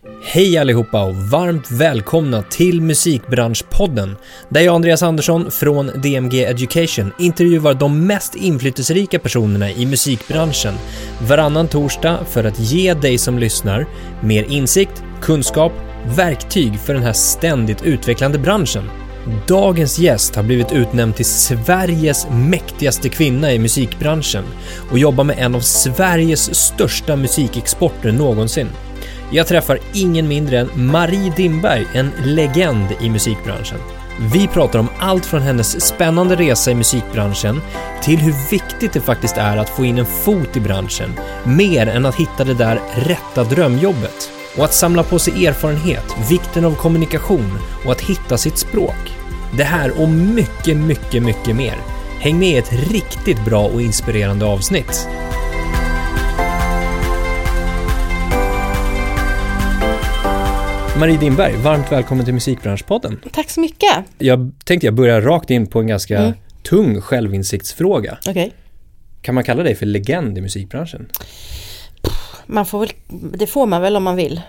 Hej allihopa och varmt välkomna till Musikbranschpodden där jag, Andreas Andersson från DMG Education, intervjuar de mest inflytelserika personerna i musikbranschen varannan torsdag för att ge dig som lyssnar mer insikt, kunskap, verktyg för den här ständigt utvecklande branschen. Dagens gäst har blivit utnämnd till Sveriges mäktigaste kvinna i musikbranschen och jobbar med en av Sveriges största musikexporter någonsin. Jag träffar ingen mindre än Marie Dimberg, en legend i musikbranschen. Vi pratar om allt från hennes spännande resa i musikbranschen till hur viktigt det faktiskt är att få in en fot i branschen, mer än att hitta det där rätta drömjobbet. Och att samla på sig erfarenhet, vikten av kommunikation och att hitta sitt språk. Det här och mycket, mycket, mycket mer. Häng med i ett riktigt bra och inspirerande avsnitt. Marie Dimberg, varmt välkommen till Musikbranschpodden. Tack så mycket. Jag tänkte jag börjar rakt in på en ganska tung självinsiktsfråga. Okay. Kan man kalla dig för legend i musikbranschen? Det får man väl om man vill.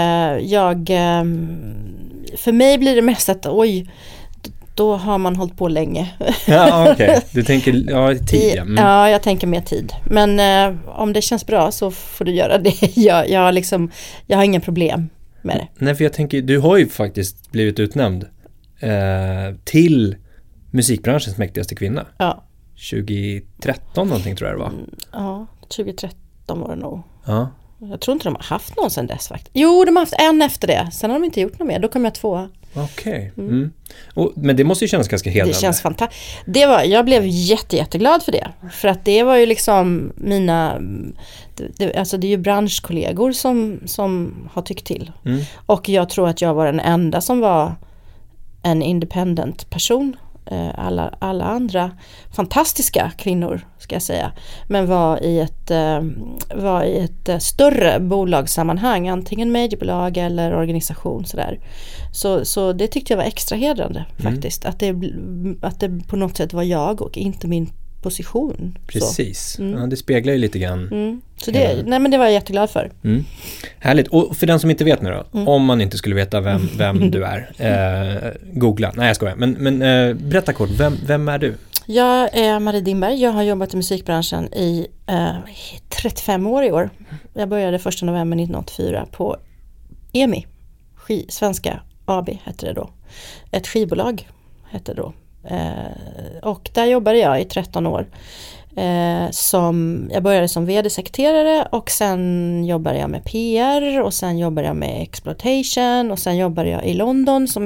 För mig blir det mest att då har man hållit på länge. Ja, okej. Du tänker tid. Ja. Ja, jag tänker mer tid. Men om det känns bra så får du göra det. Jag har inga problem med det. Nej, för jag tänker, du har ju faktiskt blivit utnämnd till musikbranschens mäktigaste kvinna. Ja. 2013 någonting tror jag det var. Ja, 2013 var det nog. Ja. Jag tror inte de har haft någon sedan dess faktiskt. Jo, de har haft en efter det. Sen har de inte gjort något mer. Då kom jag tvåa. Okej. Men det måste ju kännas ganska hedrande. Det känns fantastiskt. Jag blev jätteglad för det. För att det var ju liksom det är ju branschkollegor som har tyckt till. Och jag tror att jag var den enda som var en independent person. Alla andra fantastiska kvinnor ska jag säga, men var i ett större bolagssammanhang, antingen majorbolag eller organisation sådär. Så det tyckte jag var extra hedrande faktiskt, att det på något sätt var jag och inte min position. Precis. Ja, det speglar ju lite grann. Så det var jag jätteglad för. Härligt. Och för den som inte vet nu då, om man inte skulle veta vem du är, googla. Nej, jag skojar. Men berätta kort, vem är du? Jag är Marie Dimberg. Jag har jobbat i musikbranschen i 35 år i år. Jag började 1 november 1984 på EMI, Svenska AB hette det då. Ett skivbolag hette det då. Och där jobbade jag i 13 år. Jag började som vd-sekreterare och sen jobbade jag med PR och sen jobbade jag med exploitation och sen jobbade jag i London som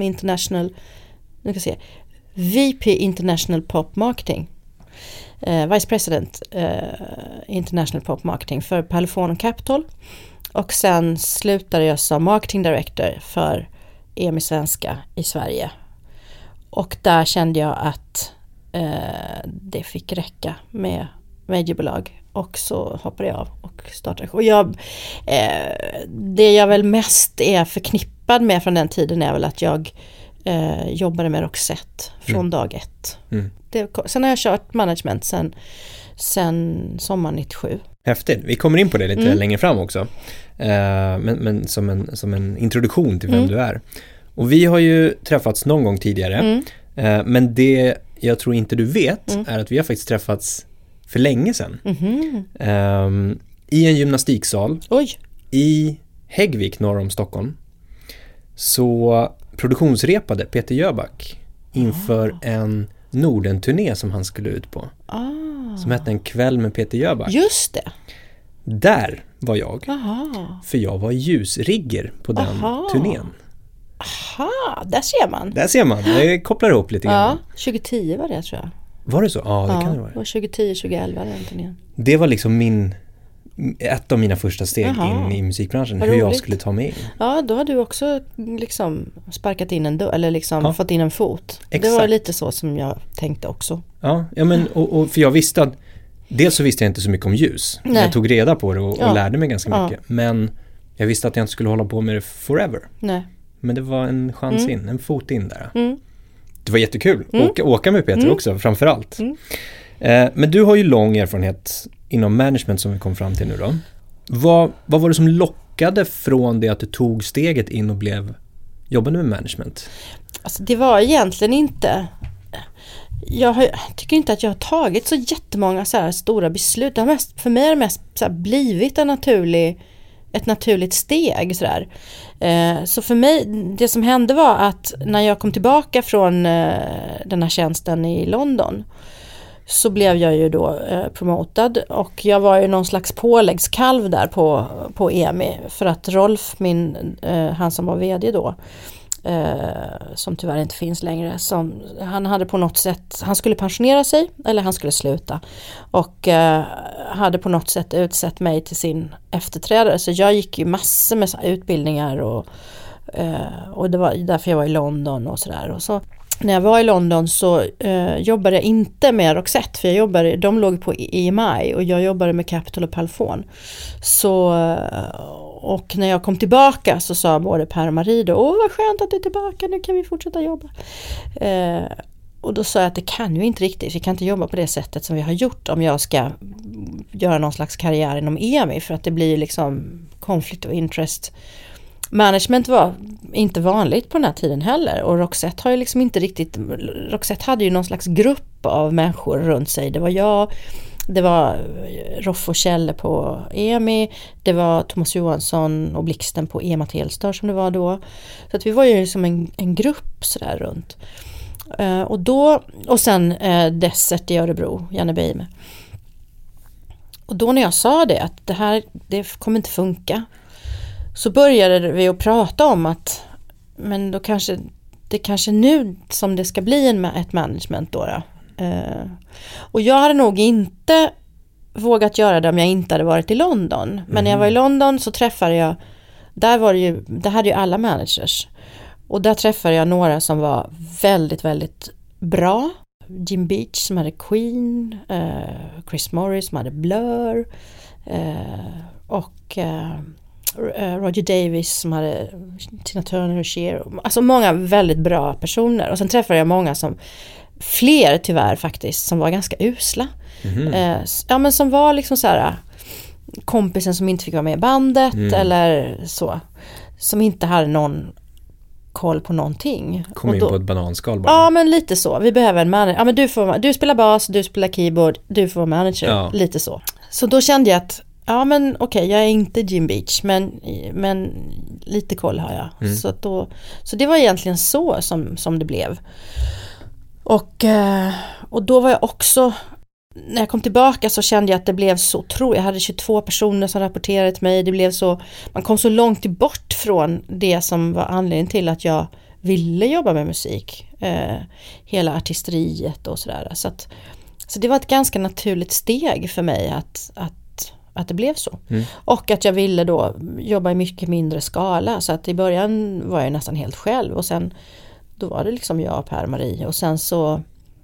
VP International Pop Marketing. Vice President International Pop Marketing för Parlophone och Capitol. Och sen slutade jag som Marketing Director för EMI Svenska i Sverige. Och där kände jag att det fick räcka med majorbolag. Och så hoppade jag av och startade. Och det jag väl mest är förknippad med från den tiden är väl att jag jobbade med Roxette från dag ett. Sen har jag kört management sen sommaren 97. Häftigt. Vi kommer in på det lite längre fram också. Men som en introduktion till vem du är. Och vi har ju träffats någon gång tidigare. Men det jag tror inte du vet är att vi har faktiskt träffats för länge sedan. I en gymnastiksal i Häggvik norr om Stockholm. Så produktionsrepade Peter Jöback inför en Norden-turné som han skulle ut på. Som hette En kväll med Peter Jöback. Just det. Där var jag. För jag var ljusrigger på den turnén. Aha, där ser man. Det kopplar ihop lite grann. 2010 var det tror jag. Var det så? Ja, det kan det vara. Det var 2010-2011 den turnén. Det var liksom ett av mina första steg in i musikbranschen. Hur jag skulle ta mig in. Ja, då har du också liksom sparkat in en dörr, eller liksom fått in en fot. Exakt. Det var lite så som jag tänkte också. Ja men och för jag visste att dels så visste jag inte så mycket om ljus. Nej. Jag tog reda på det och lärde mig ganska mycket. Men jag visste att jag inte skulle hålla på med det forever. Nej. Men det var en chans in, en fot in där. Det var jättekul. Åka med Peter också, framförallt. Men du har ju lång erfarenhet inom management som vi kom fram till nu då. Vad var det som lockade från det att du tog steget in och jobbade med management? Alltså det var egentligen inte... Jag tycker inte att jag har tagit så jättemånga så här stora beslut. För mig har det mest så här blivit ett naturligt steg. Så där. Så för mig, det som hände var att när jag kom tillbaka från den här tjänsten i London så blev jag ju då promotad och jag var ju någon slags påläggskalv där på EMI för att Rolf, han som var vd då, som tyvärr inte finns längre, han hade på något sätt, han skulle pensionera sig eller han skulle sluta och hade på något sätt utsett mig till sin efterträdare, så jag gick ju massor med utbildningar och det var därför jag var i London och sådär. Och så när jag var i London så jobbade jag inte med Roxette, för de låg på EMI och jag jobbade med Capitol och Palfon. Och när jag kom tillbaka så sa både Per och Marie då, vad skönt att du är tillbaka, nu kan vi fortsätta jobba. Och då sa jag att det kan ju inte riktigt, vi kan inte jobba på det sättet som vi har gjort om jag ska göra någon slags karriär inom EMI, för att det blir liksom conflict of interest. Management var inte vanligt på den här tiden heller, och Roxette har ju liksom inte riktigt, Roxette hade ju någon slags grupp av människor runt sig. Det var jag, det var Rolf och Kjelle på EMI, det var Thomas Johansson och Blixten på EMA Telstar som det var då. Så att vi var ju som en grupp sådär runt. Och sen Desert i Örebro, Janne Beime. Och då när jag sa det, att det kommer inte funka, så började vi att prata om att men då det kanske nu som det ska bli ett management då. Och jag hade nog inte vågat göra det om jag inte hade varit i London. Men när jag var i London så träffade jag, där hade ju alla managers. Och där träffade jag några som var väldigt, väldigt bra. Jim Beach som hade Queen, Chris Morris som hade Blur och Roger Davis som hade Tina Turner och Cher. Alltså många väldigt bra personer. Och sen träffade jag många fler tyvärr faktiskt, som var ganska usla. Men som var liksom så här kompisen som inte fick vara med i bandet eller så. Som inte hade någon koll på någonting. Kom in på ett bananskal bara. Ja, men lite så. Vi behöver en manager. Ja, men du spelar bas, du spelar keyboard, du får vara manager. Ja. Lite så. Så då kände jag att ja, men okej, jag är inte Jim Beach, men lite koll har jag. Så det var egentligen så som det blev. Och då var jag också, när jag kom tillbaka så kände jag att det blev så jag hade 22 personer som rapporterade till mig. Det blev så, man kom så långt bort från det som var anledningen till att jag ville jobba med musik. Hela artisteriet och sådär. Så det var ett ganska naturligt steg för mig att det blev så. Och att jag ville då jobba i mycket mindre skala. Så att i början var jag nästan helt själv. Och sen då var det liksom jag och Per och Marie. Och sen så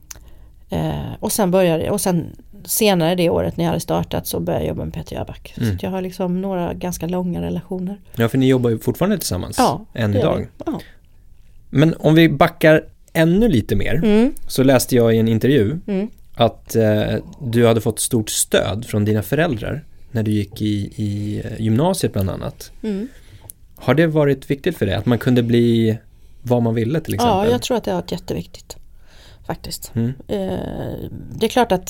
och sen senare det året när jag hade startat så började jag jobba med Peter Jöback. Så att jag har liksom några ganska långa relationer. Ja, för ni jobbar ju fortfarande tillsammans än idag. Ja. Men om vi backar ännu lite mer så läste jag i en intervju att du hade fått stort stöd från dina föräldrar när du gick i gymnasiet bland annat. Har det varit viktigt för dig att man kunde bli vad man ville till exempel? Ja, jag tror att det har varit jätteviktigt faktiskt. Det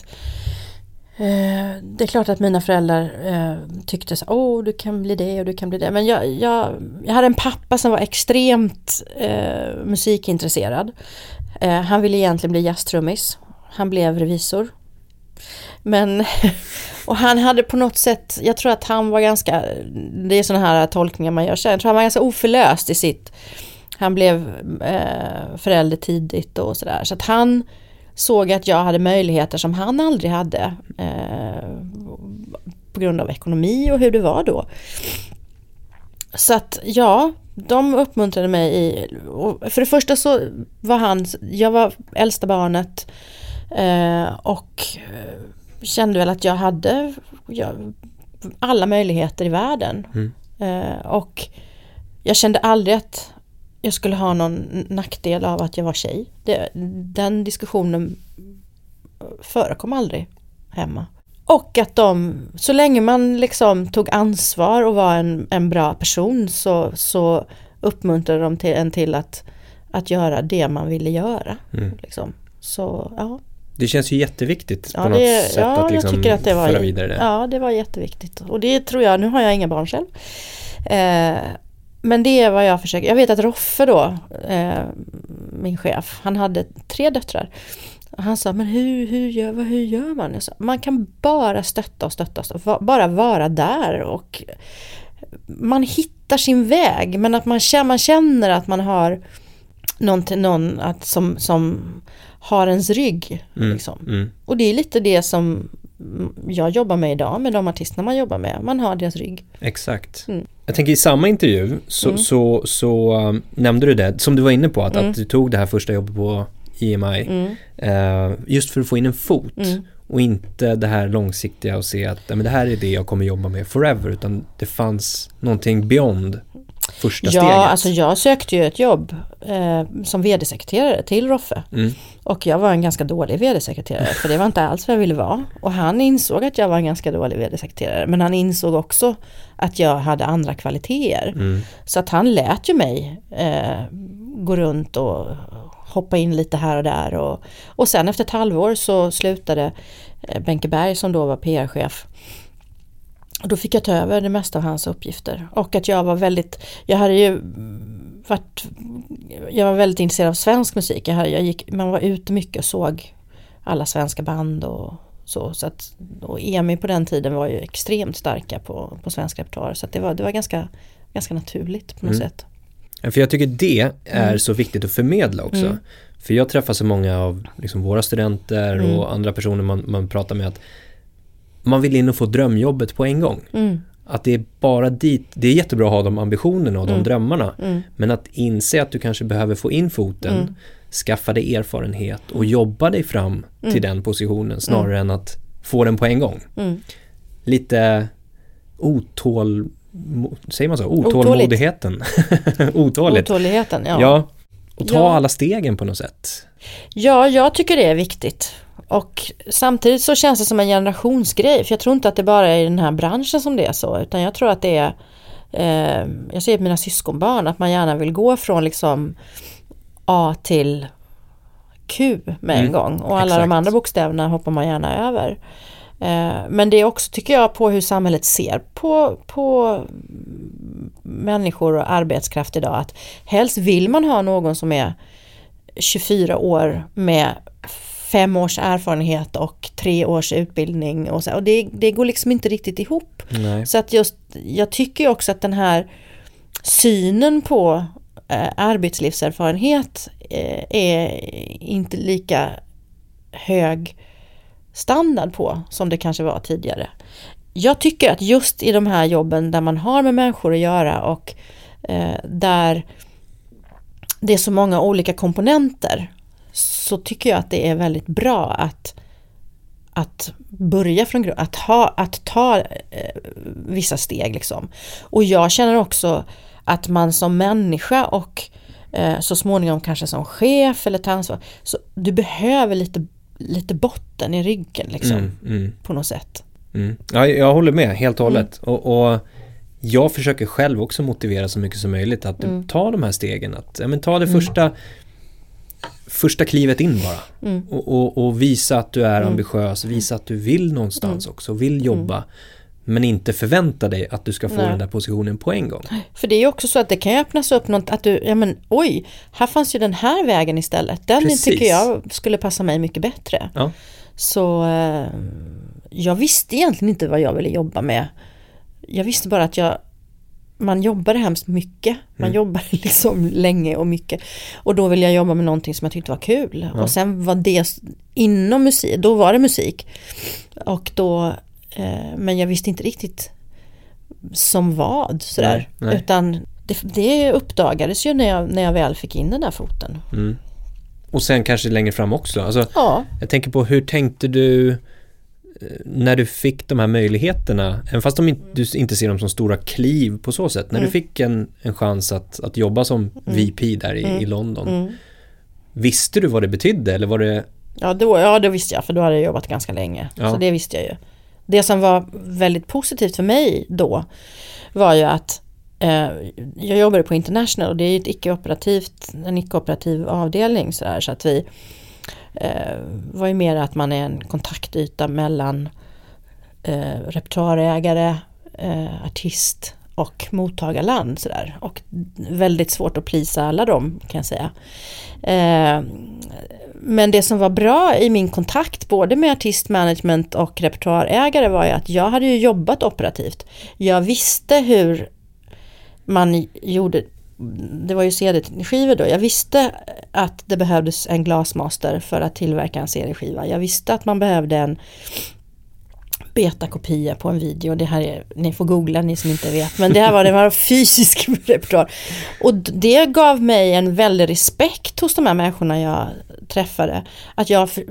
är klart att mina föräldrar tyckte så, du kan bli det och du kan bli det. Men jag hade en pappa som var extremt musikintresserad. Han ville egentligen bli jazztrummis. Han blev revisor. Men och han hade på något sätt, jag tror att han var ganska, det är såna här tolkningar man gör sen, jag tror han var ganska oförlöst i sitt, han blev förälder tidigt och sådär, så att han såg att jag hade möjligheter som han aldrig hade på grund av ekonomi och hur det var då. Så att de uppmuntrade mig för det första så var jag var äldsta barnet och kände väl att jag hade alla möjligheter i världen. Och jag kände aldrig att jag skulle ha någon nackdel av att jag var tjej. Den diskussionen förekom aldrig hemma. Och att så länge man liksom tog ansvar och var en bra person så uppmuntrade de till att göra det man ville göra. Liksom. Så, ja. Det känns ju jätteviktigt på något sätt att liksom jag tycker att det var, föra vidare det. Ja, det var jätteviktigt. Och det tror jag, nu har jag inga barn själv. Men det är vad jag försöker. Jag vet att Roffe då, min chef, han hade 3 döttrar. Och han sa, men hur gör man? Jag sa, man kan bara stötta, bara vara där, och man hittar sin väg, men att man känner att man har någon som har ens rygg. Liksom. Och det är lite det som jag jobbar med idag med de artisterna man jobbar med. Man har deras rygg. Exakt. Jag tänker i samma intervju så nämnde du det, som du var inne på, att du tog det här första jobbet på EMI just för att få in en fot och inte det här långsiktiga och se att men det här är det jag kommer jobba med forever, utan det fanns någonting beyond första steget. Ja, alltså jag sökte ju ett jobb som vd-sekreterare till Roffe. Och jag var en ganska dålig vd-sekreterare, för det var inte alls vad jag ville vara. Och han insåg att jag var en ganska dålig vd-sekreterare, men han insåg också att jag hade andra kvaliteter. Så att han lät ju mig gå runt och hoppa in lite här och där. Och sen efter ett halvår så slutade Benke Berg, som då var PR-chef. Och då fick jag ta över det mesta av hans uppgifter. Och att jag var väldigt intresserad av svensk musik. Man var ute mycket och såg alla svenska band och så. Och EMI på den tiden var ju extremt starka på svensk repertoar. Så att det var ganska naturligt på något sätt. För jag tycker det är så viktigt att förmedla också. För jag träffar så många av liksom våra studenter och andra personer man pratar med, att man vill in och få drömjobbet på en gång. Att det är bara dit, det är jättebra att ha de ambitionerna och de drömmarna, men att inse att du kanske behöver få in foten, skaffa dig erfarenhet och jobba dig fram till den positionen snarare än att få den på en gång. Lite säger man så? Otåligheten. Otåligheten, ja. Ja, och ta alla stegen på något sätt. Ja, jag tycker det är viktigt. Och samtidigt så känns det som en generationsgrej. För jag tror inte att det bara är i den här branschen som det är så. Utan jag tror att det är, jag ser på mina syskonbarn, att man gärna vill gå från liksom A till Q med en gång. Och alla de andra bokstäverna hoppar man gärna över. Men det är också, tycker jag, på hur samhället ser på människor och arbetskraft idag. Att helst vill man ha någon som är 24 år med 5 års erfarenhet och 3 års utbildning. Och det går liksom inte riktigt ihop. Nej. Så att jag tycker också att den här synen på arbetslivserfarenhet är inte lika hög standard på som det kanske var tidigare. Jag tycker att just i de här jobben där man har med människor att göra och där det är så många olika komponenter, så tycker jag att det är väldigt bra att börja från grund, att ta vissa steg liksom. Och jag känner också att man som människa och så småningom kanske som chef eller ta ansvar, så du behöver lite botten i ryggen liksom, på något sätt. Ja, jag håller med helt och hållet. Och jag försöker själv också motivera så mycket som möjligt att ta de här stegen, att ta det första klivet in bara. Och visa att du är ambitiös, visa att du vill någonstans också, vill jobba, men inte förvänta dig att du ska få den där positionen på en gång. För det är ju också så att det kan öppnas upp något, att du, oj, här fanns ju den här vägen istället. Den tycker jag skulle passa mig mycket bättre. Ja. Så jag visste egentligen inte vad jag ville jobba med. Jag visste bara att man jobbade hemskt mycket. Man jobbade liksom länge och mycket. Och då ville jag jobba med någonting som jag tyckte var kul. Ja. Och sen var det inom musik, då var det musik. Och då, men jag visste inte riktigt som vad sådär. Nej. Utan det uppdagades ju när jag väl fick in den där foten. Och sen kanske längre fram också. Alltså, ja. Jag tänker på, hur tänkte du när du fick de här möjligheterna, även fast du inte ser dem som stora kliv på så sätt, när du fick en chans att jobba som VP där i London, visste du vad det betydde, eller var det... Ja, det visste jag, för då hade jag jobbat ganska länge, så det visste jag ju. Det som var väldigt positivt för mig då var ju att jag jobbade på International och det är ju en icke-operativ avdelning så att vi var ju mer att man är en kontaktyta mellan repertoarägare, artist och mottagarland sådär. Och väldigt svårt att plisa alla dem kan jag säga. Men det som var bra i min kontakt både med artistmanagement och repertoarägare var ju att jag hade ju jobbat operativt. Jag visste hur man gjorde, det var ju CD-skivor då. Jag visste att det behövdes en glasmaster för att tillverka en CD-skiva. Jag visste att man behövde en betakopia på en video. Det här är, ni får googla ni som inte vet. Men det var fysisk repertoar. Och det gav mig en väldig respekt hos de här människorna jag träffade. Att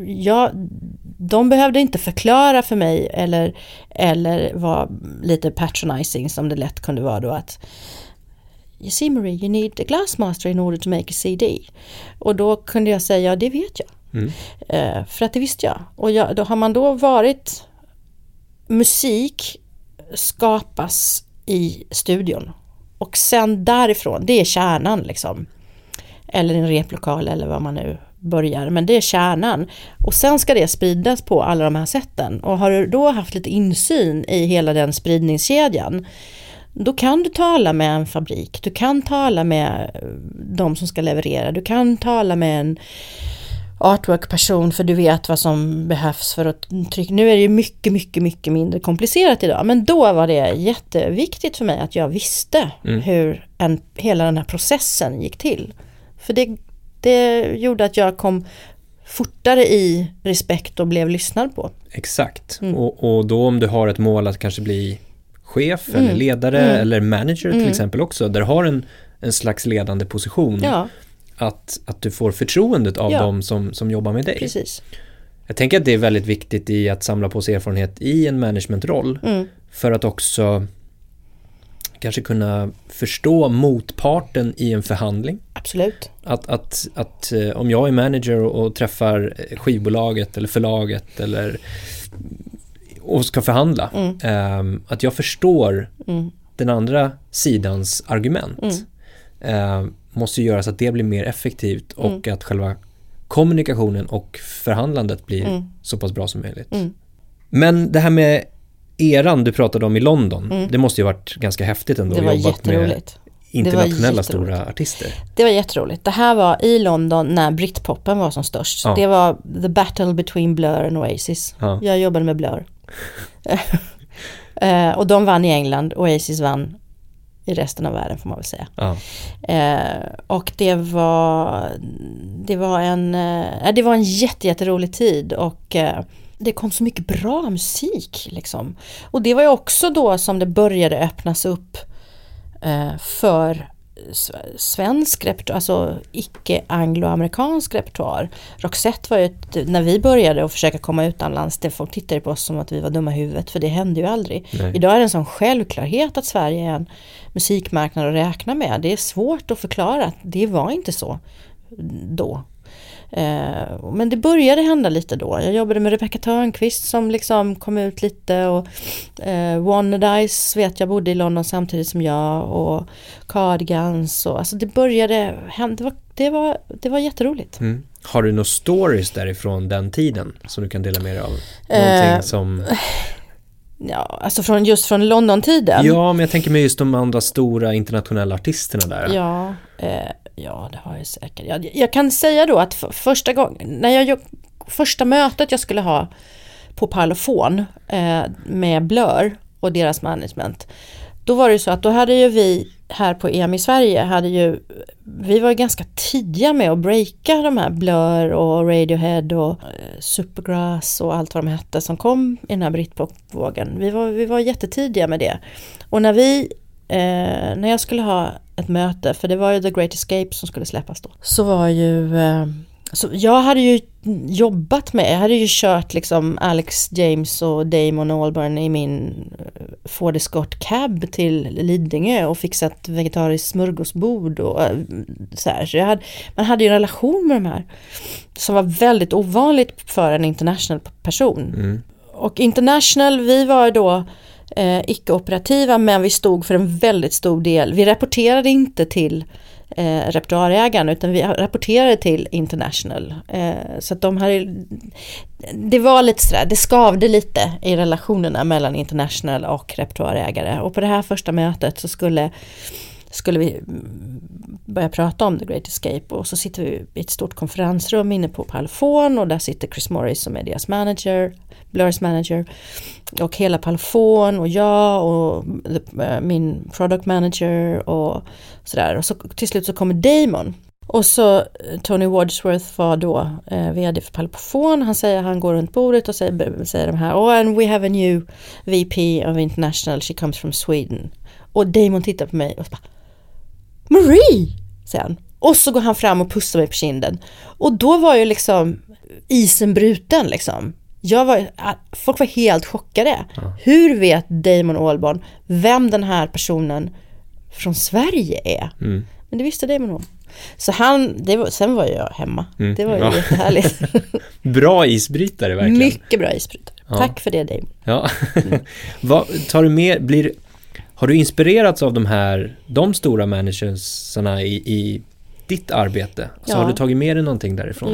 de behövde inte förklara för mig eller vara lite patronizing som det lätt kunde vara då att you see Marie, you need a glassmaster in order to make a CD. Och då kunde jag säga, ja det vet jag. För att det visste jag. Och då har man då varit musik skapas i studion. Och sen därifrån, det är kärnan liksom. Eller en replokal eller vad man nu börjar. Men det är kärnan. Och sen ska det spridas på alla de här sätten. Och har du då haft lite insyn i hela den spridningskedjan, då kan du tala med en fabrik. Du kan tala med de som ska leverera. Du kan tala med en artwork-person för du vet vad som behövs för att trycka. Nu är det ju mycket, mycket, mycket mindre komplicerat idag. Men då var det jätteviktigt för mig att jag visste hur hela den här processen gick till. För det gjorde att jag kom fortare i respekt och blev lyssnad på. Exakt. Och då om du har ett mål att kanske bli chef eller ledare eller manager till exempel också, där du har en slags ledande position. Ja. Att du får förtroendet av dem som jobbar med dig. Precis. Jag tänker att det är väldigt viktigt i att samla på sig erfarenhet i en managementroll för att också kanske kunna förstå motparten i en förhandling. Absolut. Att om jag är manager och träffar skivbolaget eller förlaget och ska förhandla, att jag förstår den andra sidans argument. Måste göra så att det blir mer effektivt och att själva kommunikationen och förhandlandet blir så pass bra som möjligt. Men det här med eran du pratade om i London, det måste ju varit ganska häftigt ändå. Det var jätteroligt. Med internationella stora artister. Det var jätteroligt. Det här var i London när Britpopen var som störst. Det var the battle between Blur and Oasis. Jag jobbade med Blur. Och de vann i England. Oasis vann i resten av världen får man väl säga. Och det var en jätterolig tid och det kom så mycket bra musik liksom. Och det var ju också då som det började öppnas upp för svensk repertoar, alltså icke-angloamerikansk repertoar. Roxette var ju när vi började att försöka komma utomlands, det folk tittade på oss som att vi var dumma i huvudet, för det hände ju aldrig. Nej. Idag är det en sån självklarhet att Sverige är en musikmarknad att räkna med. Det är svårt att förklara att det var inte så då. Men det började hända lite då. Jag jobbade med Rebecca Törnqvist som liksom kom ut lite och Wannadies vet jag bodde i London samtidigt som jag och Cardigans och alltså det började hända, det var jätteroligt. Har du några stories därifrån den tiden som du kan dela med dig av? Någonting som... Ja, alltså från London-tiden. Ja, men jag tänker mig just de andra stora internationella artisterna där. Ja, det har jag säkert. Jag kan säga då att första mötet jag skulle ha på Parlophone med Blur och deras management, då var det så att då hade ju vi här på EM i Sverige vi var ganska tidiga med att breaka de här Blur och Radiohead och Supergrass och allt vad de hette som kom i den här Britpop-vågen. Vi var jättetidiga med det. Och när jag skulle ha ett möte, för det var ju The Great Escape som skulle släppas då, så var ju så jag hade ju kört liksom Alex James och Damon Albarn i min Ford Escort cab till Lidingö och fixat vegetariskt smörgåsbord och så här. Så man hade ju en relation med de här som var väldigt ovanligt för en international person. Och International, vi var då icke-operativa, men vi stod för en väldigt stor del. Vi rapporterade inte till repertoarägaren, utan vi rapporterade till International. Så att det var lite sådär, det skavde lite i relationerna mellan International och repertoarägare. Och på det här första mötet så skulle vi börja prata om The Great Escape, och så sitter vi i ett stort konferensrum inne på Parlophone, och där sitter Chris Morris som är deras manager, Blurs manager, och hela Parlophone och jag och min product manager och sådär. Och så till slut så kommer Damon. Och så Tony Wadsworth var då vd för Parlophone. Han går runt bordet och säger de här, and we have a new VP of International, she comes from Sweden. Och Damon tittar på mig och bara, Marie, säger han. Och så går han fram och pussar mig på kinden. Och då var ju liksom isen bruten liksom. Folk var helt chockade. Ja. Hur vet Damon Albarn vem den här personen från Sverige är? Mm. Men det visste Damon om. Så sen var jag hemma. Mm. Det var ju jättehärligt. Bra isbrytare verkligen. Mycket bra isbrytare. Ja. Tack för det, Damon. Ja. Vad tar du med? Har du inspirerats av de stora managersarna i ditt arbete? Så har du tagit med dig någonting därifrån?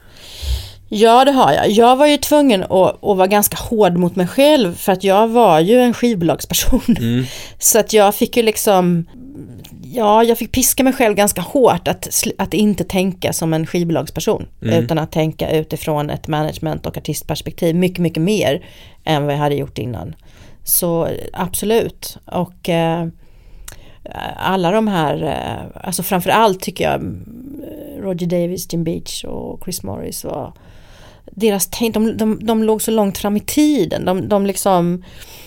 Ja, det har jag. Jag var ju tvungen att vara ganska hård mot mig själv, för att jag var ju en skivbolagsperson. Mm. Så att jag fick ju liksom... Ja, jag fick piska mig själv ganska hårt att inte tänka som en skivbolagsperson, utan att tänka utifrån ett management- och artistperspektiv mycket, mycket mer än vad jag hade gjort innan. Så absolut. Och alla de här, alltså framförallt tycker jag Roger Davis, Jim Beach och Chris Morris var deras tänk, de låg så långt fram i tiden. De liksom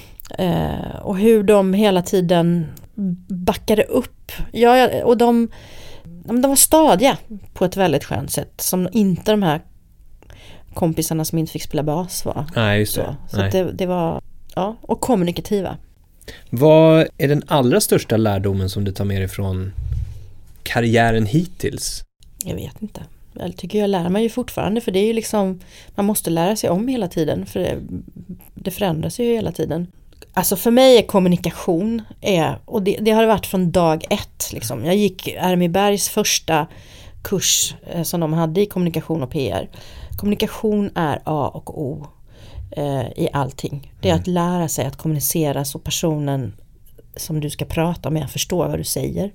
och hur de hela tiden backade upp. Ja, och de var stadiga på ett väldigt skönt sätt, som inte de här kompisarna som inte fick spela bas var. Nej, just det. Så att det var, ja, och kommunikativa. Vad är den allra största lärdomen som du tar med dig från karriären hittills? Jag vet inte. Jag tycker jag lär mig ju fortfarande, för det är ju liksom, man måste lära sig om hela tiden, för det förändras ju hela tiden. Alltså för mig är kommunikation, och det har det varit från dag ett. Liksom. Jag gick RMI Bergs första kurs som de hade i kommunikation och PR. Kommunikation är A och O i allting. Det är att lära sig att kommunicera så personen som du ska prata med förstår vad du säger.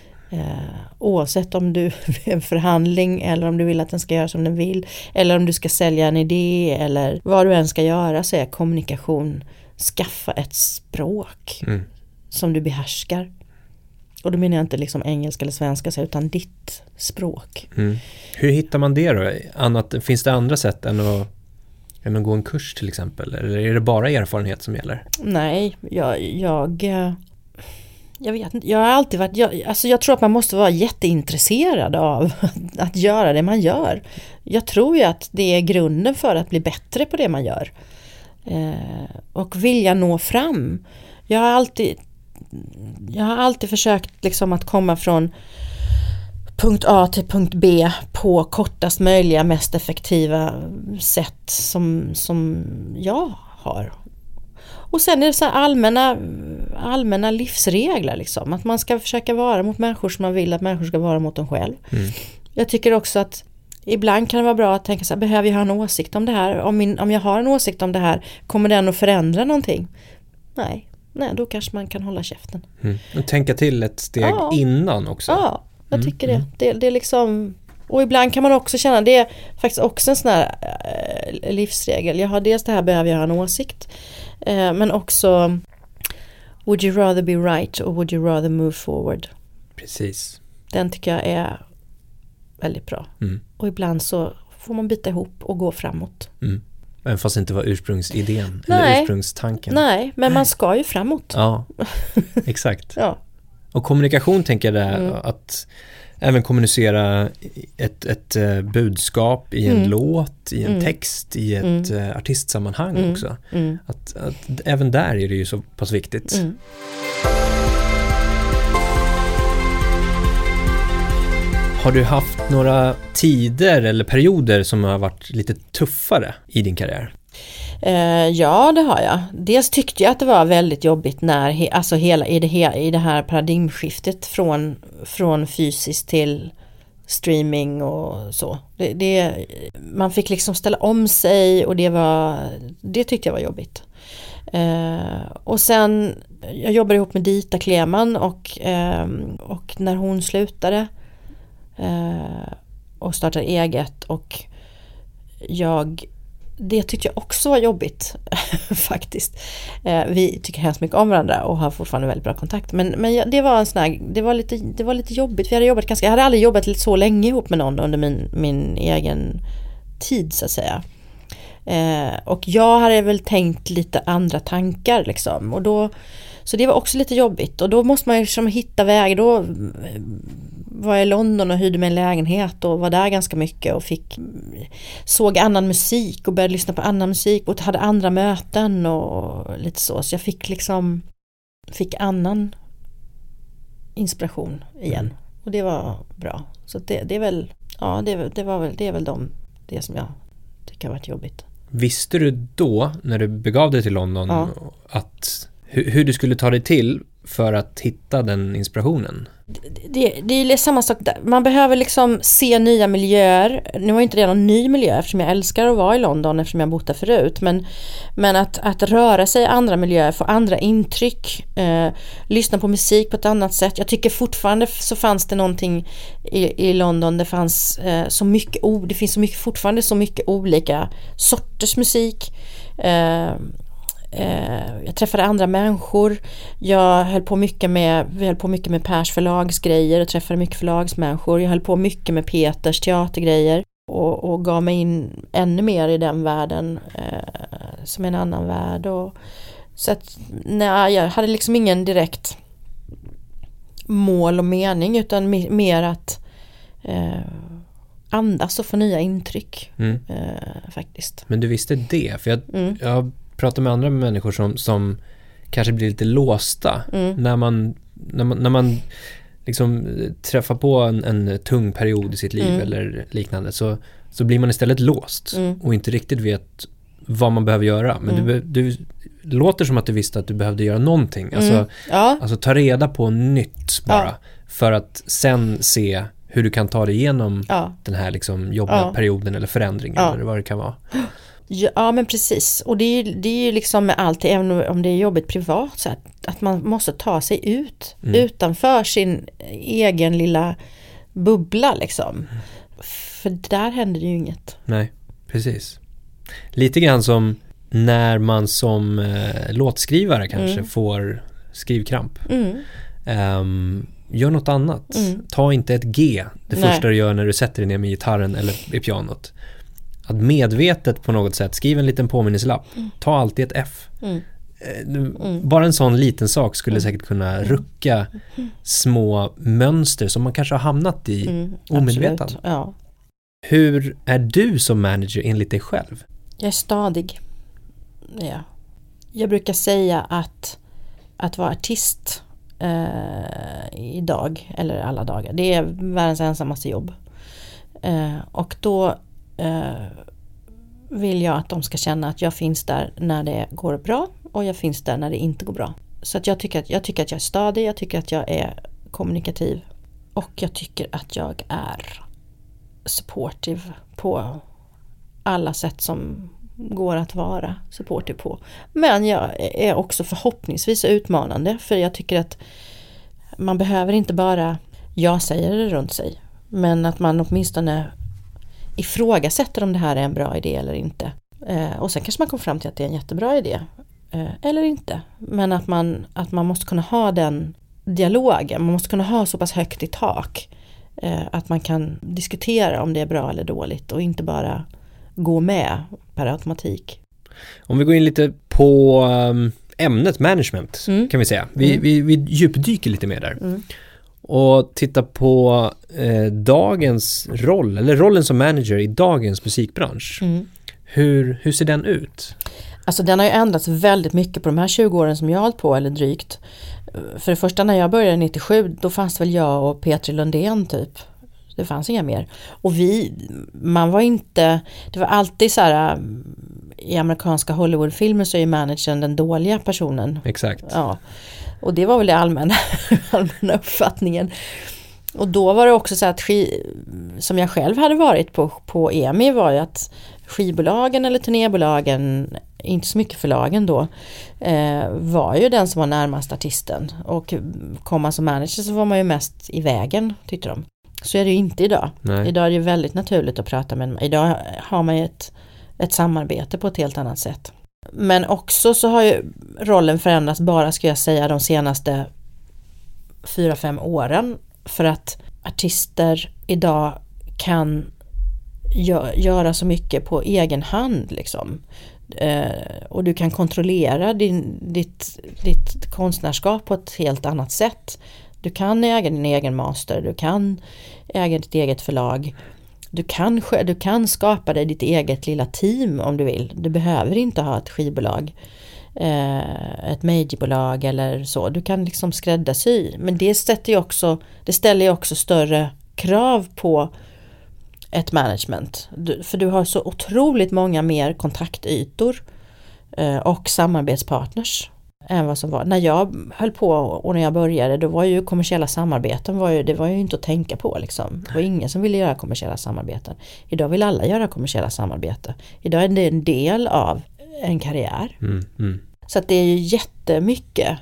Oavsett om du är en förhandling eller om du vill att den ska göra som den vill, eller om du ska sälja en idé, eller vad du än ska göra, så är kommunikation skaffa ett språk som du behärskar. Och då menar jag inte liksom engelska eller svenska, utan ditt språk. Hur hittar man det då? Finns det andra sätt än att gå en kurs till exempel? Eller är det bara erfarenhet som gäller? Nej, jag vet inte. Jag har alltid varit... Jag tror att man måste vara jätteintresserad av att göra det man gör. Jag tror ju att det är grunden för att bli bättre på det man gör. Och vilja nå fram. Jag har alltid försökt liksom att komma från punkt A till punkt B på kortast möjliga, mest effektiva sätt som jag har. Och sen är det så här allmänna livsregler liksom. Att man ska försöka vara mot människor som man vill att människor ska vara mot dem själv. Jag tycker också att ibland kan det vara bra att tänka så här, behöver jag ha en åsikt om det här? Om jag har en åsikt om det här, kommer den att förändra någonting? Nej, då kanske man kan hålla käften. Och tänka till ett steg innan också. Ja, jag tycker det. Det är liksom... Och ibland kan man också känna, det är faktiskt också en sån här livsregel. Jag har dels det här, behöver jag ha en åsikt. Men också, would you rather be right or would you rather move forward? Precis. Den tycker jag är väldigt bra. Och ibland så får man byta ihop och gå framåt. Även fast det inte var ursprungsidén eller ursprungstanken. Nej, men man ska ju framåt. Ja, exakt. Ja. Och kommunikation tänker jag där, att även kommunicera ett budskap i en låt, i en text, i ett artistsammanhang också. Att även där är det ju så pass viktigt. Har du haft några tider eller perioder som har varit lite tuffare i din karriär? Ja, det har jag. Dels tyckte jag att det var väldigt jobbigt när i det här paradigmskiftet från fysiskt till streaming och så. Man fick liksom ställa om sig och det tyckte jag var jobbigt. Och sen jag jobbade ihop med Dita Kleman och när hon slutade och startade eget och det tyckte jag också var jobbigt faktiskt. Vi tycker hemskt mycket om varandra och har fortfarande väldigt bra kontakt. Men det var lite jobbigt. Jag hade aldrig jobbat så länge ihop med någon under min egen tid så att säga. Och jag hade väl tänkt lite andra tankar liksom. Så det var också lite jobbigt. Och då måste man ju hitta väg. Då var jag i London och hyrde mig en lägenhet och var där ganska mycket och såg annan musik och började lyssna på annan musik och hade andra möten och lite så. Så jag fick annan inspiration igen. Och det var bra. Så det är väl det som jag tycker har varit jobbigt. Visste du då när du begav dig till London att hur du skulle ta dig till för att hitta den inspirationen? Det är samma sak där. Man behöver liksom se nya miljöer. Nu var inte det någon ny miljö eftersom jag älskar att vara i London eftersom jag bott där förut. Men att röra sig i andra miljöer, få andra intryck, lyssna på musik på ett annat sätt. Jag tycker fortfarande så fanns det någonting i London. Det fanns så mycket det finns fortfarande så mycket olika sorters musik. Jag träffade andra människor. Vi höll på mycket med Pers förlagsgrejer och träffade mycket förlagsmänniskor. Jag höll på mycket med Peters teatergrejer och gav mig in ännu mer i den världen som en annan värld. Så att jag hade liksom ingen direkt mål och mening utan mer att andas och få nya intryck faktiskt. Men du visste det? För jag pratar med andra människor som kanske blir lite låsta när man liksom träffar på en tung period i sitt liv eller liknande så blir man istället låst och inte riktigt vet vad man behöver göra. Men du låter som att du visste att du behövde göra någonting. Alltså ta reda på nytt bara för att sen se hur du kan ta dig igenom den här liksom jobbiga perioden eller förändringen eller vad det kan vara. Ja, men precis. Och det är ju liksom med allt, även om det är jobbigt privat, så att man måste ta sig utanför sin egen lilla bubbla liksom. För där händer det ju inget. Nej, precis. Lite grann som när man som låtskrivare kanske får skrivkramp. Gör något annat. Ta inte ett G det första du gör när du sätter dig ner med gitarren eller i pianot. Att medvetet på något sätt skriva en liten påminnelselapp. Ta alltid ett F. Bara en sån liten sak skulle säkert kunna rucka små mönster som man kanske har hamnat i omedvetet. Ja. Hur är du som manager enligt dig själv? Jag är stadig. Ja. Jag brukar säga att vara artist idag eller alla dagar, det är världens ensammaste jobb. Och då vill jag att de ska känna att jag finns där när det går bra och jag finns där när det inte går bra. Så att jag tycker att jag är stadig, jag tycker att jag är kommunikativ och jag tycker att jag är supportive på alla sätt som går att vara supportive på. Men jag är också förhoppningsvis utmanande, för jag tycker att man behöver inte bara jag säger det runt sig, men att man åtminstone ifrågasätter om det här är en bra idé eller inte. Och sen kanske man kommer fram till att det är en jättebra idé eller inte. Men att man måste kunna ha den dialogen. Man måste kunna ha så pass högt i tak att man kan diskutera om det är bra eller dåligt och inte bara gå med per automatik. Om vi går in lite på ämnet management kan vi säga. Vi djupdyker lite mer där. Och titta på dagens roll, eller rollen som manager i dagens musikbransch. Hur ser den ut? Alltså den har ju ändrats väldigt mycket på de här 20 åren som jag har hållit på, eller drygt. För det första när jag började 97, då fanns väl jag och Petri Lundén typ. Det fanns inga mer. Och det var alltid så här i amerikanska Hollywoodfilmer så är managern den dåliga personen. Exakt. Ja. Och det var väl det allmänna uppfattningen. Och då var det också så att som jag själv hade varit på EMI var ju att skivbolagen eller turnébolagen, inte så mycket förlagen då, var ju den som var närmast artisten. Och kom man som manager så var man ju mest i vägen, tyckte de. Så är det ju inte idag. Nej. Idag är det ju väldigt naturligt att prata med en. Idag har man ju ett samarbete på ett helt annat sätt. Men också så har ju rollen förändrats bara, ska jag säga, de senaste 4-5 åren. För att artister idag kan göra så mycket på egen hand liksom. Och du kan kontrollera ditt konstnärskap på ett helt annat sätt. Du kan äga din egen master, du kan äga ditt eget förlag. Du kan skapa dig ditt eget lilla team om du vill. Du behöver inte ha ett skivbolag, ett majorbolag eller så. Du kan liksom skräddarsy. Men det ställer ju också större krav på ett management. För du har så otroligt många mer kontaktytor och samarbetspartners än vad som var. När jag höll på och när jag började, då var ju kommersiella samarbeten det var ju inte att tänka på liksom. Det var ingen som ville göra kommersiella samarbeten. Idag vill alla göra kommersiella samarbeten. Idag är det en del av en karriär. Så att det är ju jättemycket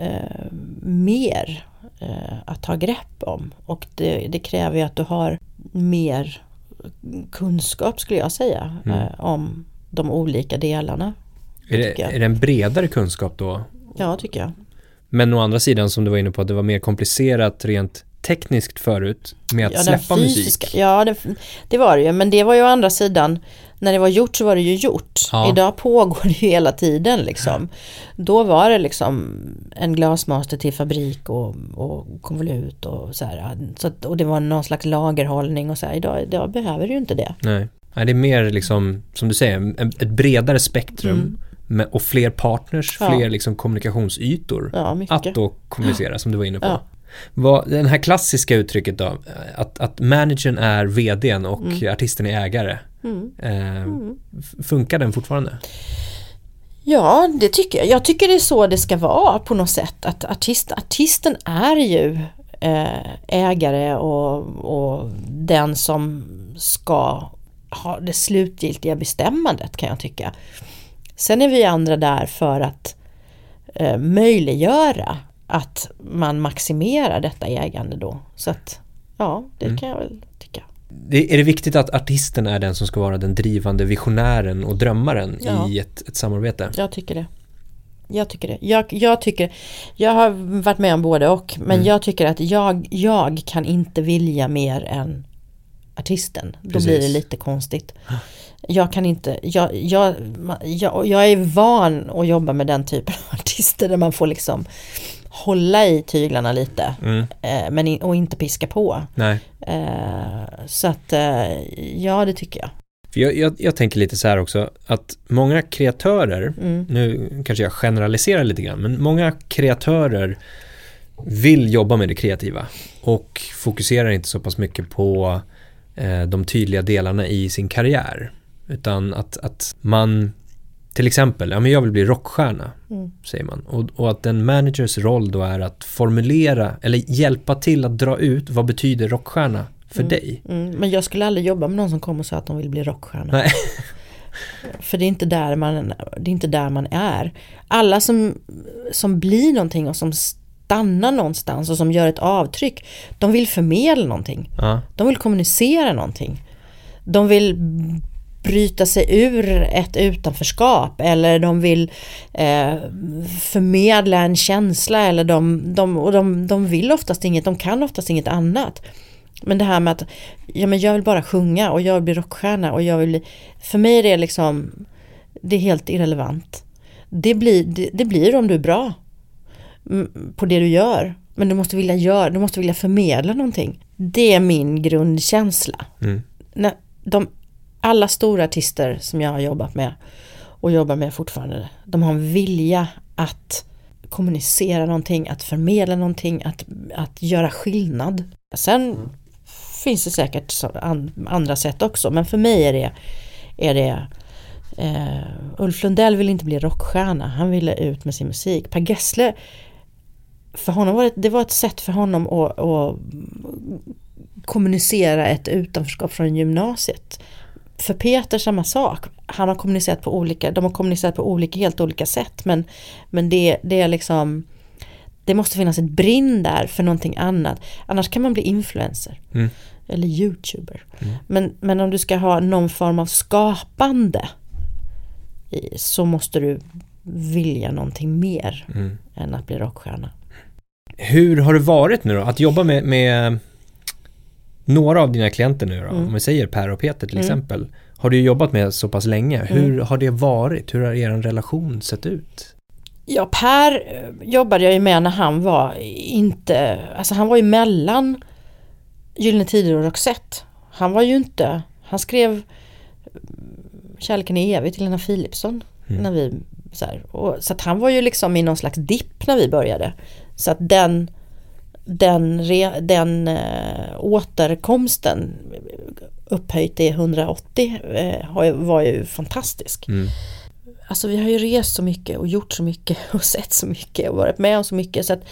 mer att ta grepp om. Och det kräver ju att du har mer kunskap, skulle jag säga, om de olika delarna. Är det en bredare kunskap då? Ja, tycker jag. Men å andra sidan, som du var inne på, att det var mer komplicerat rent tekniskt förut med att släppa musik. Ja, det var det ju. Men det var ju å andra sidan, när det var gjort så var det ju gjort. Ja. Idag pågår det ju hela tiden liksom. Då var det liksom en glasmaster till fabrik och konvolut och så här. Och det var någon slags lagerhållning och så här. Idag behöver du ju inte det. Nej, det är mer liksom, som du säger, ett bredare spektrum och fler partners, fler liksom kommunikationsytor att då kommunicera, som du var inne på. Ja. Den här klassiska uttrycket då, att managern är vdn och artisten är ägare. Funkar den fortfarande? Ja, det tycker jag. Jag tycker det är så det ska vara på något sätt. Att artisten är ju ägare och den som ska ha det slutgiltiga bestämmandet, kan jag tycka. Sen är vi andra där för att möjliggöra att man maximerar detta ägande då. Så att, ja, det kan jag väl tycka. Är det viktigt att artisten är den som ska vara den drivande visionären och drömmaren i ett samarbete? Jag tycker det. Jag har varit med om både och, men jag tycker att jag kan inte vilja mer än artisten. Då blir det lite konstigt. Jag kan inte, jag är van att jobba med den typen av artister där man får liksom hålla i tyglarna lite och inte piska på. Nej. Så att ja, det tycker jag. För jag tänker lite så här också, att många kreatörer, nu kanske jag generaliserar lite grann, men många kreatörer vill jobba med det kreativa och fokuserar inte så pass mycket på de tydliga delarna i sin karriär, utan att man till exempel, jag vill bli rockstjärna, säger man, och att en managers roll då är att formulera eller hjälpa till att dra ut vad betyder rockstjärna för dig. Men jag skulle aldrig jobba med någon som kommer och säger att de vill bli rockstjärna. Nej. För det är inte där man är. Alla som blir någonting och som stannar någonstans och som gör ett avtryck, de vill förmedla någonting. De vill kommunicera någonting. De vill bryta sig ur ett utanförskap, eller de vill förmedla en känsla, eller de vill oftast inget, de kan oftast inget annat. Men det här med att jag vill bara sjunga och jag vill bli rockstjärna och för mig är det liksom, det är helt irrelevant. Det blir om du är bra på det du gör, men du måste vilja förmedla någonting. Det är min grundkänsla. Alla stora artister som jag har jobbat med och jobbar med fortfarande, de har en vilja att kommunicera någonting, att förmedla någonting, att göra skillnad. Sen finns det säkert andra sätt också, men för mig är det Ulf Lundell ville inte bli rockstjärna. Han ville ut med sin musik. Per Gessle, för honom det var ett sätt för honom att kommunicera ett utanförskap från gymnasiet. För Peter samma sak. De har kommunicerat på helt olika sätt, men det är liksom, det måste finnas ett brinn där för någonting annat. Annars kan man bli influencer eller youtuber. Men om du ska ha någon form av skapande, så måste du vilja någonting mer än att bli rockstjärna. Hur har det varit nu då att jobba med några av dina klienter nu då? Om vi säger Per och Peter till exempel. Har du jobbat med så pass länge? Hur har det varit? Hur har er relation sett ut? Ja, Per jobbade jag ju med när han var han var ju mellan Gyllene Tider och Roxette. Han skrev Kärleken är evig till Lena Philipsson när vi så att han var ju liksom i någon slags dipp när vi började. Så att den återkomsten upphöjt till 180 var ju fantastisk. Alltså vi har ju rest så mycket och gjort så mycket och sett så mycket och varit med om så mycket, så att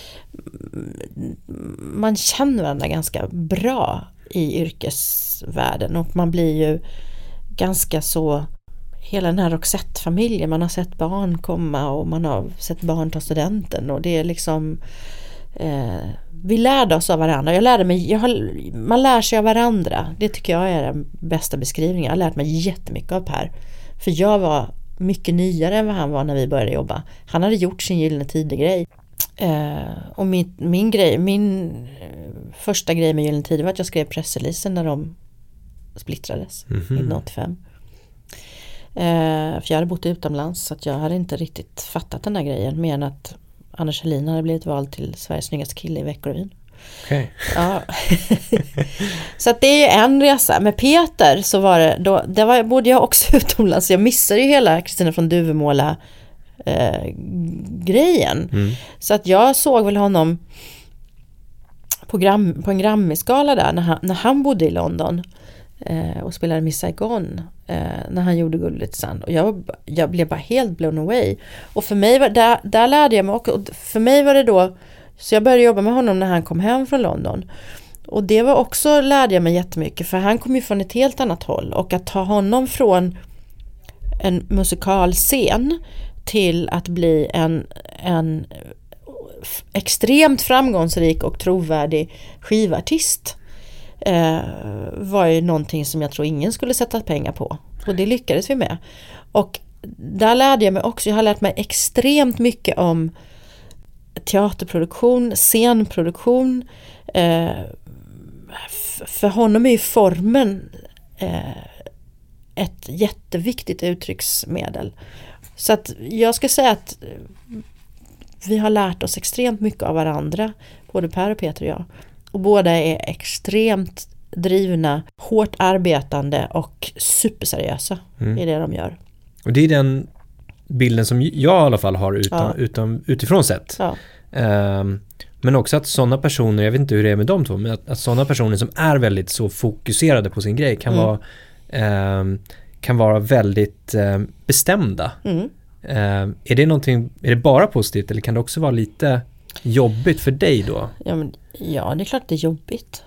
man känner varandra ganska bra i yrkesvärlden, och man blir ju ganska så, hela den här Roxette-familjen, man har sett barn komma och man har sett barn ta studenten, och det är liksom vi lärde oss av varandra. Man lär sig av varandra. Det tycker jag är den bästa beskrivningen. Jag har lärt mig jättemycket av Per. För jag var mycket nyare än vad han var när vi började jobba. Han hade gjort sin Gyllene Tider-grej. Och min första grej med Gyllene Tider var att jag skrev pressreleasen när de splittrades 1985. För jag hade bott utomlands, så att jag hade inte riktigt fattat den här grejen, mer än att Anders Helin hade blivit vald till Sveriges snyggaste kille i Veckorevyn. Okay. Ja. Så att det är ju en resa. Med Peter så var det då, bodde jag också utomlands. Jag missade ju hela Kristina från Duvemåla grejen. Så att jag såg väl honom på en Grammy-skala där när han bodde i London och spelade Miss Saigon när han gjorde Guldet sen, och jag blev bara helt blown away. Och för mig var där lärde jag mig också, och för mig var det då, så jag började jobba med honom när han kom hem från London, och det var också, lärde jag mig jättemycket, för han kom ju från ett helt annat håll, och att ta honom från en musikalscen till att bli en extremt framgångsrik och trovärdig skivartist var ju någonting som jag tror ingen skulle sätta pengar på, och det lyckades vi med. Och där lärde jag mig också, jag har lärt mig extremt mycket om teaterproduktion, scenproduktion. För honom är ju formen ett jätteviktigt uttrycksmedel. Så att jag ska säga att vi har lärt oss extremt mycket av varandra, både Per och Peter och jag. Och båda är extremt drivna, hårt arbetande och superseriösa i det de gör. Och det är den bilden som jag i alla fall har utifrån sett. Ja. Men också att sådana personer, jag vet inte hur det är med de två, men att sådana personer som är väldigt så fokuserade på sin grej kan vara väldigt bestämda. Är det bara positivt, eller kan det också vara lite jobbigt för dig då? Ja, det är klart det är jobbigt.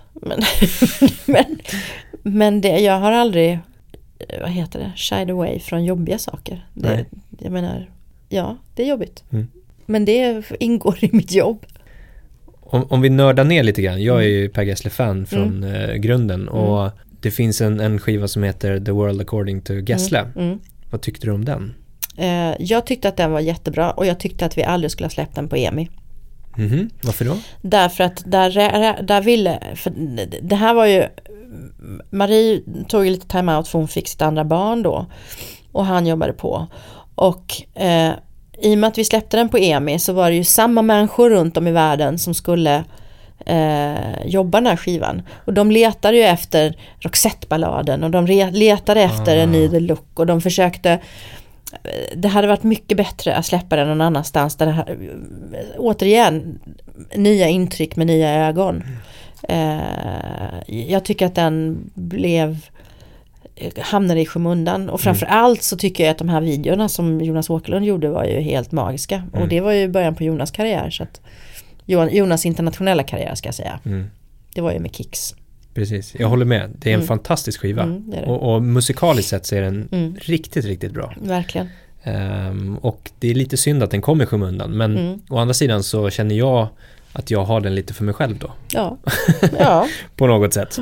Men jag har aldrig, shied away från jobbiga saker. Jag menar, ja, det är jobbigt. Men det ingår i mitt jobb. Om vi nördar ner lite grann. Jag är ju Per Gessle-fan från grunden. Och det finns en skiva som heter The World According to Gessle. Vad tyckte du om den? Jag tyckte att den var jättebra, och jag tyckte att vi aldrig skulle ha släppt den på EMI. Varför då? Därför att där ville, för det här var ju, Marie tog ju lite time out för hon fick sitt andra barn då, och han jobbade på, och i och med att vi släppte den på EMI så var det ju samma människor runt om i världen som skulle jobba den här skivan, och de letade ju efter Roxette-balladen, och de letade efter en ny look, och de försökte. Det hade varit mycket bättre att släppa den någon annanstans där det här, återigen, nya intryck med nya ögon. Jag tycker att den blev hamnade i skymundan. Och framförallt så tycker jag att de här videorna som Jonas Åkerlund gjorde var ju helt magiska. Och det var ju början på Jonas karriär. Så att Jonas internationella karriär ska jag säga. Det var ju med Kicks. Precis, jag håller med. Det är en fantastisk skiva. Det är det. Och musikaliskt sett så är den riktigt, riktigt bra. Verkligen. Och det är lite synd att den kommer i skymundan. Men å andra sidan så känner jag att jag har den lite för mig själv då. Ja. Ja. På något sätt.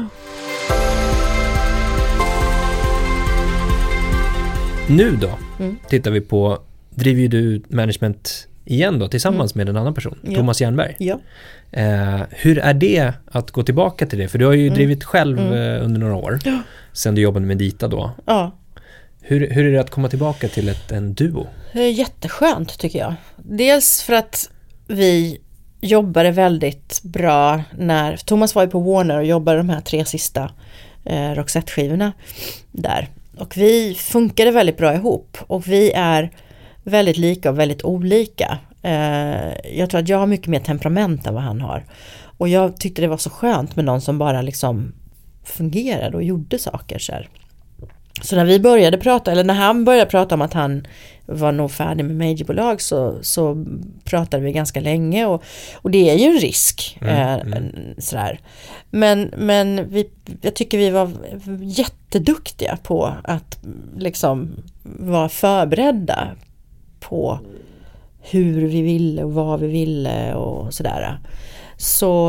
Nu då tittar vi på, driver ju du management igen då tillsammans med en annan person, Thomas Jernberg. Ja. Hur är det att gå tillbaka till det? För du har ju drivit själv under några år sen du jobbade med Dita då. Ja. Hur är det att komma tillbaka till en duo? Det är jätteskönt tycker jag. Dels för att vi jobbade väldigt bra när Thomas var ju på Warner och jobbade de här 3 sista Roxette-skivorna där. Och vi funkade väldigt bra ihop och vi är väldigt lika och väldigt olika. Jag tror att jag har mycket mer temperament än vad han har. Och jag tyckte det var så skönt med någon som bara liksom fungerade och gjorde saker så här. Så när vi började prata, eller när han började prata om att han var nog färdig med majorbolag så pratade vi ganska länge och det är ju en risk sådär. Men jag tycker vi var jätteduktiga på att liksom vara förberedda på hur vi ville och vad vi ville och sådär. Så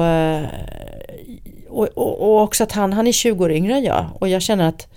och också att han är 20 år yngre än jag och jag känner att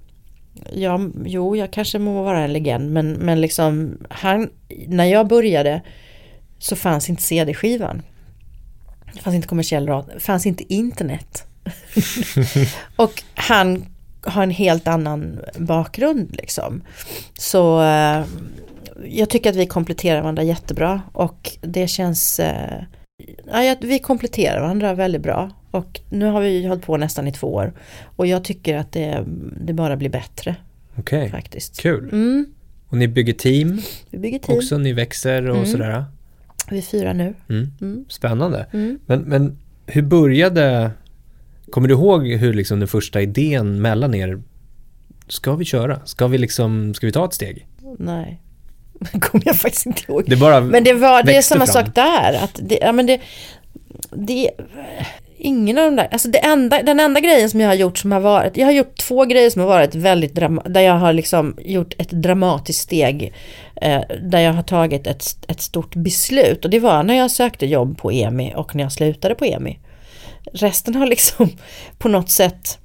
jag kanske må vara en legend men liksom när jag började så fanns inte CD-skivan. Det fanns inte kommersiell radio, fanns inte internet. Och han har en helt annan bakgrund liksom. Så jag tycker att vi kompletterar varandra jättebra och det känns vi kompletterar varandra väldigt bra. Och nu har vi hållit på nästan i 2 år. Och jag tycker att det bara blir bättre. Okej, faktiskt. Kul. Och ni bygger team? Vi bygger team. Också, ni växer och sådär? Vi är 4 nu. Spännande. Men hur började... Kommer du ihåg hur liksom den första idén mellan er... Ska vi köra? Ska vi ta ett steg? Nej. Kommer jag faktiskt inte ihåg. Det bara men det är samma fram. sak där. Att det ingen av de där, alltså den enda grejen som jag har gjort jag har gjort 2 grejer som har varit väldigt där jag har liksom gjort ett dramatiskt steg där jag har tagit ett stort beslut och det var när jag sökte jobb på EMI och när jag slutade på EMI. Resten har liksom på något sätt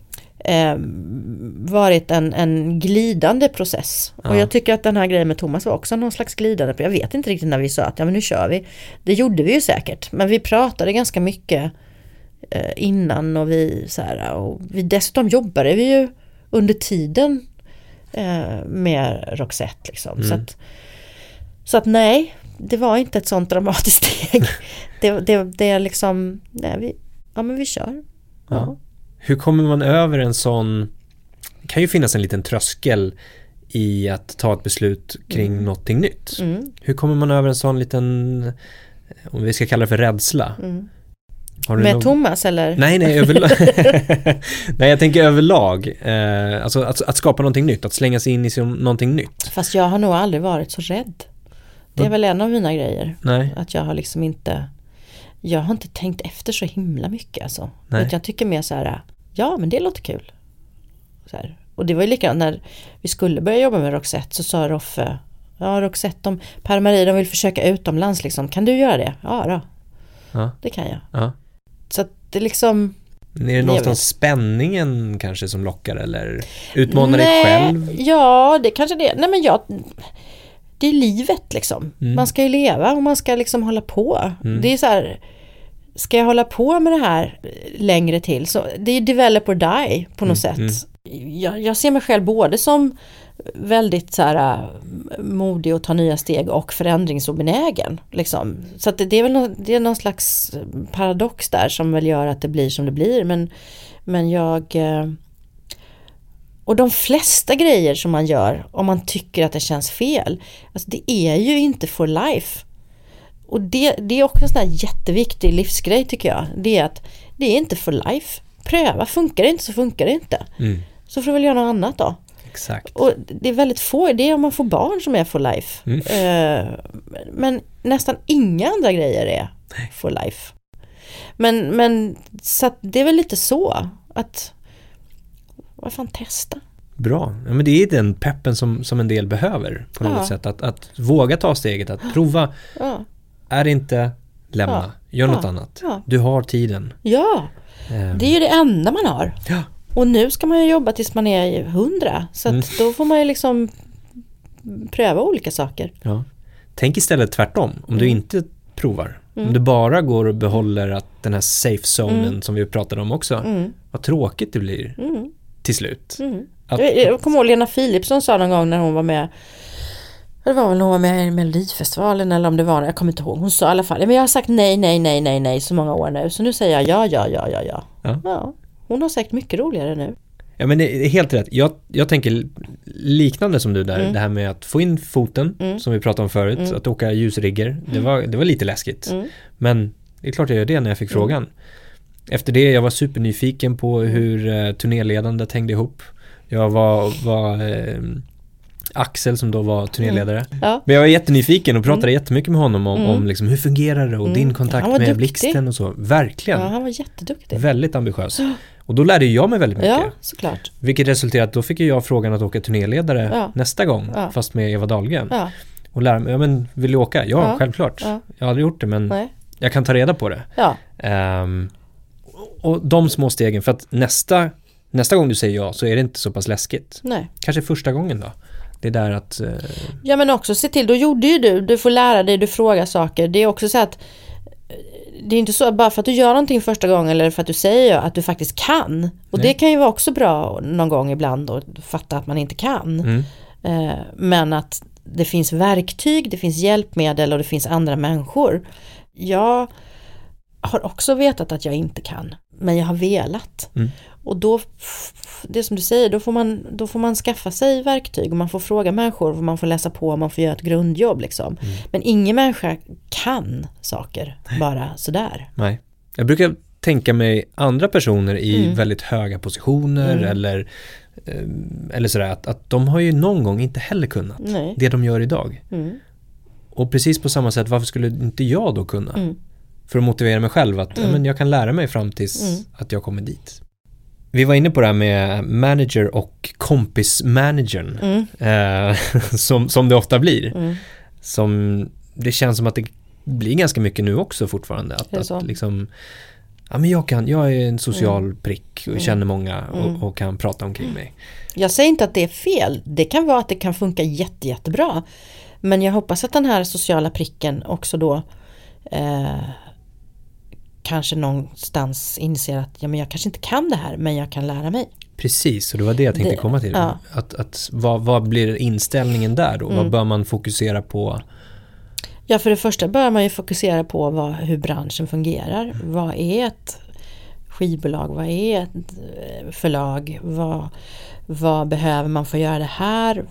varit en glidande process. Och jag tycker att den här grejen med Thomas var också någon slags glidande. Jag vet inte riktigt när vi sa att men nu kör vi. Det gjorde vi ju säkert. Men vi pratade ganska mycket innan och vi så här, och vi dessutom jobbade vi ju under tiden med Roxette liksom. Så att nej, det var inte ett sånt dramatiskt steg. det är liksom vi kör. Ja. Hur kommer man över en sån... Det kan ju finnas en liten tröskel i att ta ett beslut kring någonting nytt. Hur kommer man över en sån liten, om vi ska kalla det för rädsla? Med Thomas eller? Nej, överlag. Nej, jag tänker överlag. Alltså att skapa någonting nytt, att slänga sig in i någonting nytt. Fast jag har nog aldrig varit så rädd. Det är väl en av mina grejer. Nej. Att jag har liksom inte... Jag har inte tänkt efter så himla mycket alltså. Jag tycker mer så här, ja men det låter kul. Så här. Och det var ju likadant när vi skulle börja jobba med Roxette så sa Roffe, Roxette, Per-Marie, de vill försöka utomlands liksom. Kan du göra det? Ja då. Ja. Det kan jag. Ja. Så att det liksom... Är det någonstans spänningen kanske som lockar eller utmanar dig själv? Ja, det kanske det. Nej men det är livet liksom. Man ska ju leva och man ska liksom hålla på. Det är så här, ska jag hålla på med det här längre till? Så det är develop or die på något sätt. Jag ser mig själv både som väldigt så här modig och ta nya steg och förändringsobenägen liksom. Så att det är väl det är någon slags paradox där som väl gör att det blir som det blir, men jag och de flesta grejer som man gör om man tycker att det känns fel, alltså det är ju inte for life. Och det är också en sån här jätteviktig livsgrej tycker jag. Det är att det är inte for life. Pröva, funkar det inte så funkar det inte. så får du väl göra något annat då. Exakt. Och det är väldigt få, det är om man får barn som är for life. Men nästan inga andra grejer är for life. Men så att det är väl lite så att vad fan, testa. Bra. Ja, men det är den peppen som en del behöver på något sätt. Att våga ta steget, att prova. Ja. Är det inte, lämna. Gör något annat. Ja. Du har tiden. Ja, det är ju det enda man har. Ja. Och nu ska man ju jobba tills man är 100. Så att då får man ju liksom pröva olika saker. Ja. Tänk istället tvärtom. Om du inte provar. Om du bara går och behåller att den här safe zonen som vi pratade om också. Vad tråkigt det blir till slut. Jag kommer ihåg Lena Philipsson sa någon gång när hon var med. Det var väl när hon var med i Melodifestivalen eller om det var, jag kommer inte ihåg. Hon sa i alla fall, men jag har sagt nej så många år nu. Så nu säger jag ja. Hon har sagt mycket roligare nu. Ja, men det är helt rätt. Jag tänker liknande som du där. Det här med att få in foten, som vi pratade om förut. Att åka ljusrigger. Det var lite läskigt. Men det är klart jag gör det när jag fick frågan. Efter det, jag var supernyfiken på hur turnéledandet hängde ihop. Jag var Axel som då var turnéledare. Ja. Men jag var jättenyfiken och pratade jättemycket med honom om liksom, hur fungerar det och din kontakt med duktig. Blixten och så. Verkligen. Ja, han var jätteduktig. Väldigt ambitiös. Och då lärde jag mig väldigt mycket. Ja, såklart. Vilket resulterade att då fick jag frågan att åka turnéledare nästa gång. Fast med Eva Dahlgren. Ja. Och lära mig, men vill du åka? Ja, självklart. Ja. Jag har aldrig gjort det, men jag kan ta reda på det. Ja. Och de små stegen, för att nästa gång du säger ja så är det inte så pass läskigt. Nej. Kanske första gången då. Det är där att... Ja, men också se till, då gjorde ju du får lära dig, du frågar saker. Det är också så att det är inte så att bara för att du gör någonting första gången eller för att du säger att du faktiskt kan. Och det kan ju vara också bra någon gång ibland att fatta att man inte kan. Men att det finns verktyg, det finns hjälpmedel och det finns andra människor. Jag har också vetat att jag inte kan, men jag har velat. Och då, det som du säger, då får man skaffa sig verktyg och man får fråga människor och man får läsa på och man får göra ett grundjobb liksom. Men ingen människa kan saker bara sådär. Nej. Jag brukar tänka mig andra personer i väldigt höga positioner eller sådär, att de har ju någon gång inte heller kunnat det de gör idag. Och precis på samma sätt, varför skulle inte jag då kunna? För att motivera mig själv att men jag kan lära mig fram tills att jag kommer dit. Vi var inne på det här med manager och kompismanagern som det ofta blir. Som det känns som att det blir ganska mycket nu också fortfarande. Att liksom, ja, men jag är en social prick och känner många och kan prata omkring mig. Jag säger inte att det är fel. Det kan vara att det kan funka jättebra. Men jag hoppas att den här sociala pricken också då kanske någonstans inser att men jag kanske inte kan det här, men jag kan lära mig. Precis, och det var det jag tänkte komma till. Ja. Att vad blir inställningen där då? Vad bör man fokusera på? Ja, för det första bör man ju fokusera på hur branschen fungerar. Vad är ett skivbolag? Vad är ett förlag? Vad behöver man för att göra det här?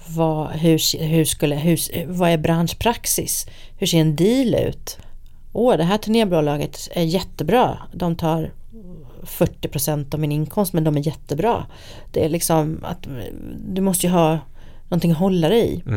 Vad är branschpraxis? Hur ser en deal ut? Det här turnébolaget är jättebra. De tar 40% av min inkomst, men de är jättebra. Det är liksom att du måste ju ha någonting att hålla dig i.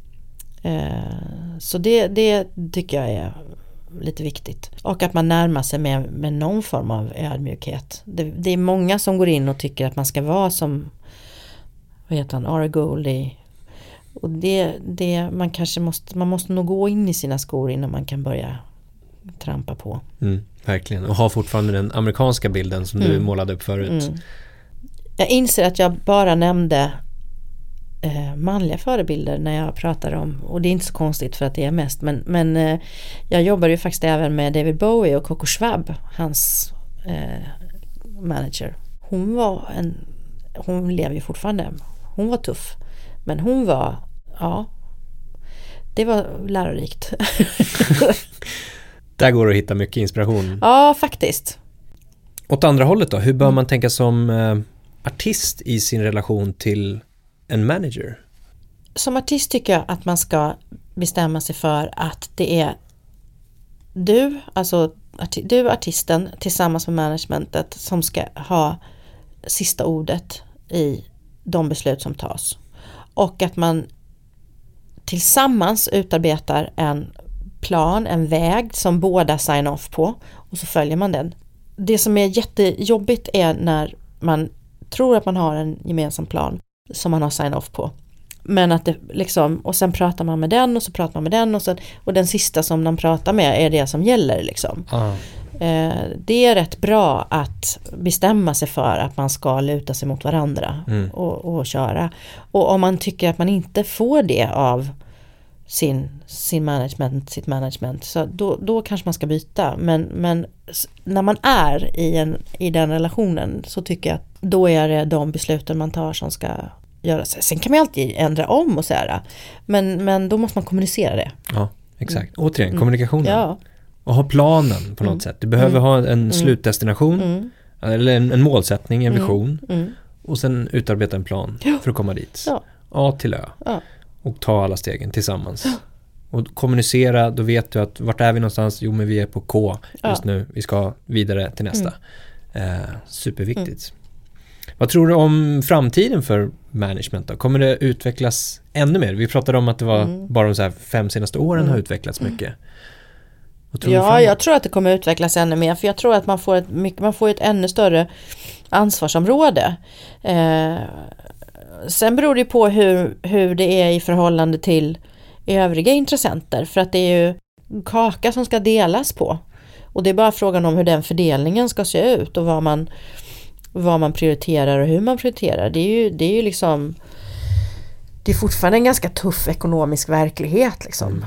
Så det tycker jag är lite viktigt. Och att man närmar sig med någon form av ödmjukhet. Det är många som går in och tycker att man ska vara som Ara Goldie. Och man måste nog gå in i sina skor innan man kan börja trampa på. Verkligen. Och ha fortfarande den amerikanska bilden som du målade upp förut. Jag inser att jag bara nämnde manliga förebilder när jag pratar om, och det är inte så konstigt för att det är mest, men jag jobbar ju faktiskt även med David Bowie och Coco Schwab, hans manager. Hon lever ju fortfarande. Hon var tuff, men hon var, det var lärorikt. Där går det att hitta mycket inspiration. Ja, faktiskt. Åt andra hållet då, hur bör man tänka som artist i sin relation till en manager? Som artist tycker jag att man ska bestämma sig för att det är du artisten tillsammans med managementet som ska ha sista ordet i de beslut som tas. Och att man tillsammans utarbetar en plan, en väg som båda sign off på och så följer man den. Det som är jättejobbigt är när man tror att man har en gemensam plan som man har sign off på. Men att det liksom, och sen pratar man med den och så pratar man med den och den sista som de pratar med är det som gäller liksom. Det är rätt bra att bestämma sig för att man ska luta sig mot varandra och köra. Och om man tycker att man inte får det av sitt management, så då kanske man ska byta. Men när man är i den relationen så tycker jag att då är det de besluten man tar som ska göras. Sen kan man alltid ändra om och så här, men då måste man kommunicera det. Ja, exakt. Återigen, kommunikationen. Ja. Och ha planen på något sätt. Du behöver ha en slutdestination eller en målsättning, en vision och sen utarbeta en plan för att komma dit. Ja. A till Ö. Ja. Och ta alla stegen tillsammans. Och kommunicera, då vet du att vart är vi någonstans? Jo, men vi är på K just nu. Vi ska vidare till nästa. Superviktigt. Vad tror du om framtiden för management då? Kommer det utvecklas ännu mer? Vi pratade om att det var bara de så här 5 senaste åren har utvecklats mycket. Jag tror att det kommer utvecklas ännu mer, för jag tror att man får ett ännu större ansvarsområde. Sen beror det på hur det är i förhållande till övriga intressenter, för att det är ju kaka som ska delas på. Och det är bara frågan om hur den fördelningen ska se ut och vad man prioriterar och hur man prioriterar. Det är ju liksom, det är fortfarande en ganska tuff ekonomisk verklighet liksom.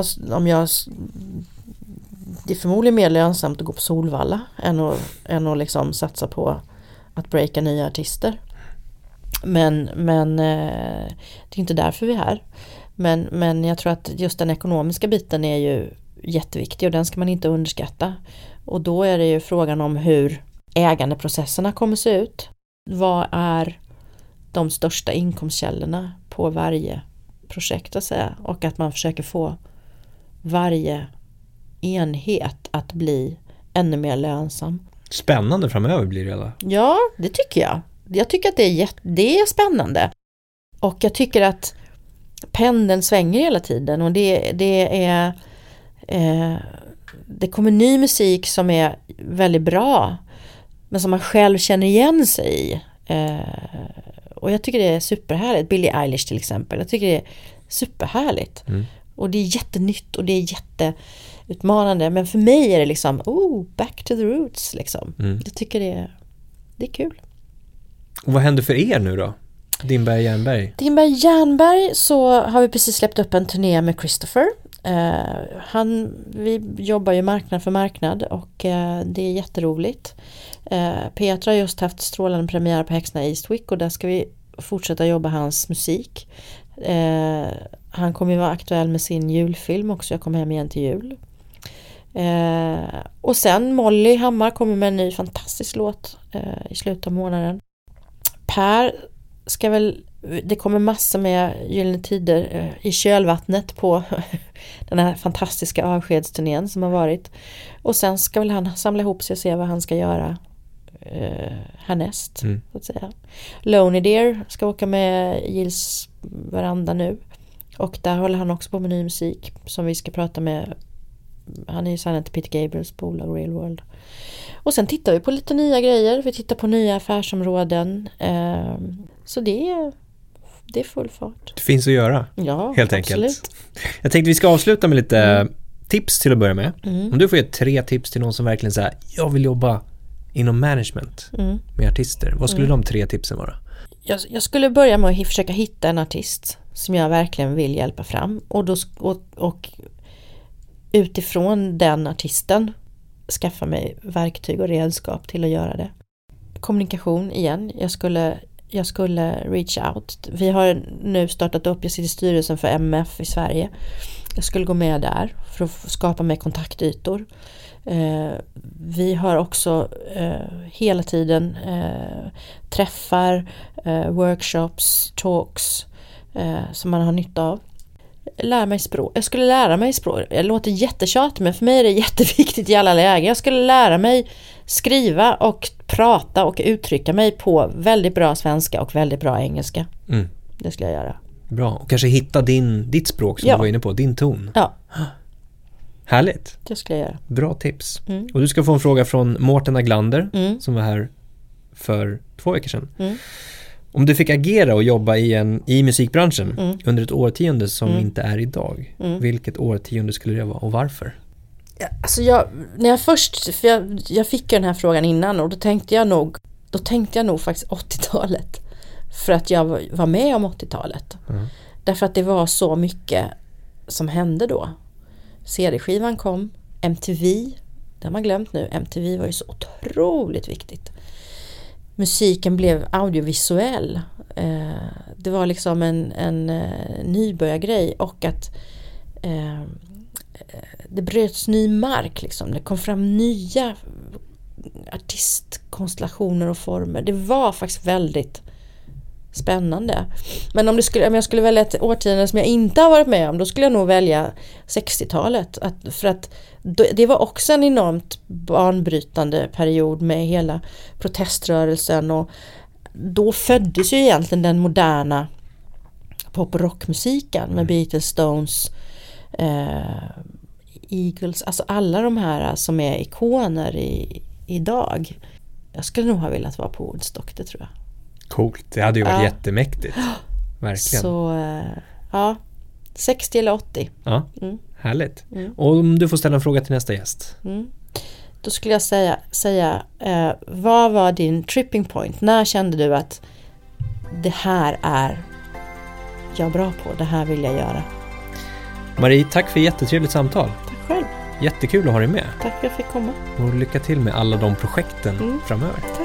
Det är förmodligen mer lönsamt att gå på Solvalla än att liksom satsa på att breaka nya artister. Men det är inte därför vi är här. Men jag tror att just den ekonomiska biten är ju jätteviktig och den ska man inte underskatta. Och då är det ju frågan om hur ägandeprocesserna kommer se ut. Vad är de största inkomstkällorna på varje projekt att säga? Och att man försöker få varje enhet att bli ännu mer lönsam. Spännande framöver blir det alla. Ja, det tycker jag. Jag tycker att det är spännande. Och jag tycker att pendeln svänger hela tiden och det kommer ny musik som är väldigt bra men som man själv känner igen sig i. Och jag tycker det är superhärligt. Billie Eilish till exempel. Jag tycker det är superhärligt. Och det är jättenytt och det är jätteutmanande. Men för mig är det liksom back to the roots liksom. Jag tycker det är kul. Och vad händer för er nu då? Dimberg Jernberg, så har vi precis släppt upp en turné med Christopher. Vi jobbar ju marknad för marknad och det är jätteroligt. Petra har just haft strålande premiär på Häxorna Eastwick och där ska vi fortsätta jobba hans musik. Han kommer ju vara aktuell med sin julfilm också. Jag kommer hem igen till jul. Och sen Molly Hammar kommer med en ny fantastisk låt i slutet av månaden. Per det kommer massor med Gyllene Tider i kölvattnet på den här fantastiska avskedsturnén som har varit. Och sen ska väl han samla ihop sig och se vad han ska göra härnäst. Så att säga. Lonely Dear ska åka med Gills veranda nu. Och där håller han också på med ny musik som vi ska prata med. Han är ju signad till Peter Gabriels bolag Real World. Och sen tittar vi på lite nya grejer. Vi tittar på nya affärsområden. Så det är full fart. Det finns att göra. Ja, helt absolut. Enkelt. Jag tänkte vi ska avsluta med lite tips till att börja med. Om du får ge 3 tips till någon som verkligen säger jag vill jobba inom management med artister. Vad skulle de 3 tipsen vara? Jag skulle börja med att försöka hitta en artist som jag verkligen vill hjälpa fram. Och utifrån den artisten skaffa mig verktyg och redskap till att göra det. Kommunikation igen. Jag skulle reach out. Vi har nu startat upp, jag sitter i styrelsen för MF i Sverige. Jag skulle gå med där för att skapa mig kontaktytor. Vi har också hela tiden träffar, workshops, talks som man har nytta av. Jag skulle lära mig språk. Jag låter jättetjatig, men för mig är det jätteviktigt i alla lägen. Jag skulle lära mig skriva och prata och uttrycka mig på väldigt bra svenska och väldigt bra engelska. Det skulle jag göra. Bra, och kanske hitta ditt språk som du var inne på, din ton. Ja. Härligt. Det skulle jag göra. Bra tips. Och du ska få en fråga från Mårten Aglander som var här för 2 veckor sedan. Om du fick agera och jobba i musikbranschen under ett årtionde som inte är idag, vilket årtionde skulle det vara och varför? Ja, alltså jag fick ju den här frågan innan och då tänkte jag nog faktiskt 80-talet. För att jag var med om 80-talet. Därför att det var så mycket som hände då. CD-skivan kom, MTV, det har man glömt nu. MTV var ju så otroligt viktigt. Musiken blev audiovisuell. Det var liksom en nybörjargrej och att det bröts ny mark liksom. Det kom fram nya artistkonstellationer och former. Det var faktiskt väldigt spännande. Men om jag skulle välja ett årtionde som jag inte har varit med om, då skulle jag nog välja 60-talet. För att det var också en enormt banbrytande period med hela proteströrelsen och då föddes ju egentligen den moderna pop- och rockmusiken med Beatles, Stones, Eagles, alltså alla de här som är ikoner idag. Jag skulle nog ha velat vara på Woodstock, det tror jag. Coolt, det hade ju varit jättemäktigt. Verkligen. Så, 60 eller 80. Ja, härligt. Och om du får ställa en fråga till nästa gäst. Då skulle jag säga vad var din tripping point? När kände du att det här är jag bra på, det här vill jag göra? Marie, tack för jättetrevligt samtal. Tack själv. Jättekul att ha dig med. Tack för att jag fick komma. Och lycka till med alla de projekten framöver.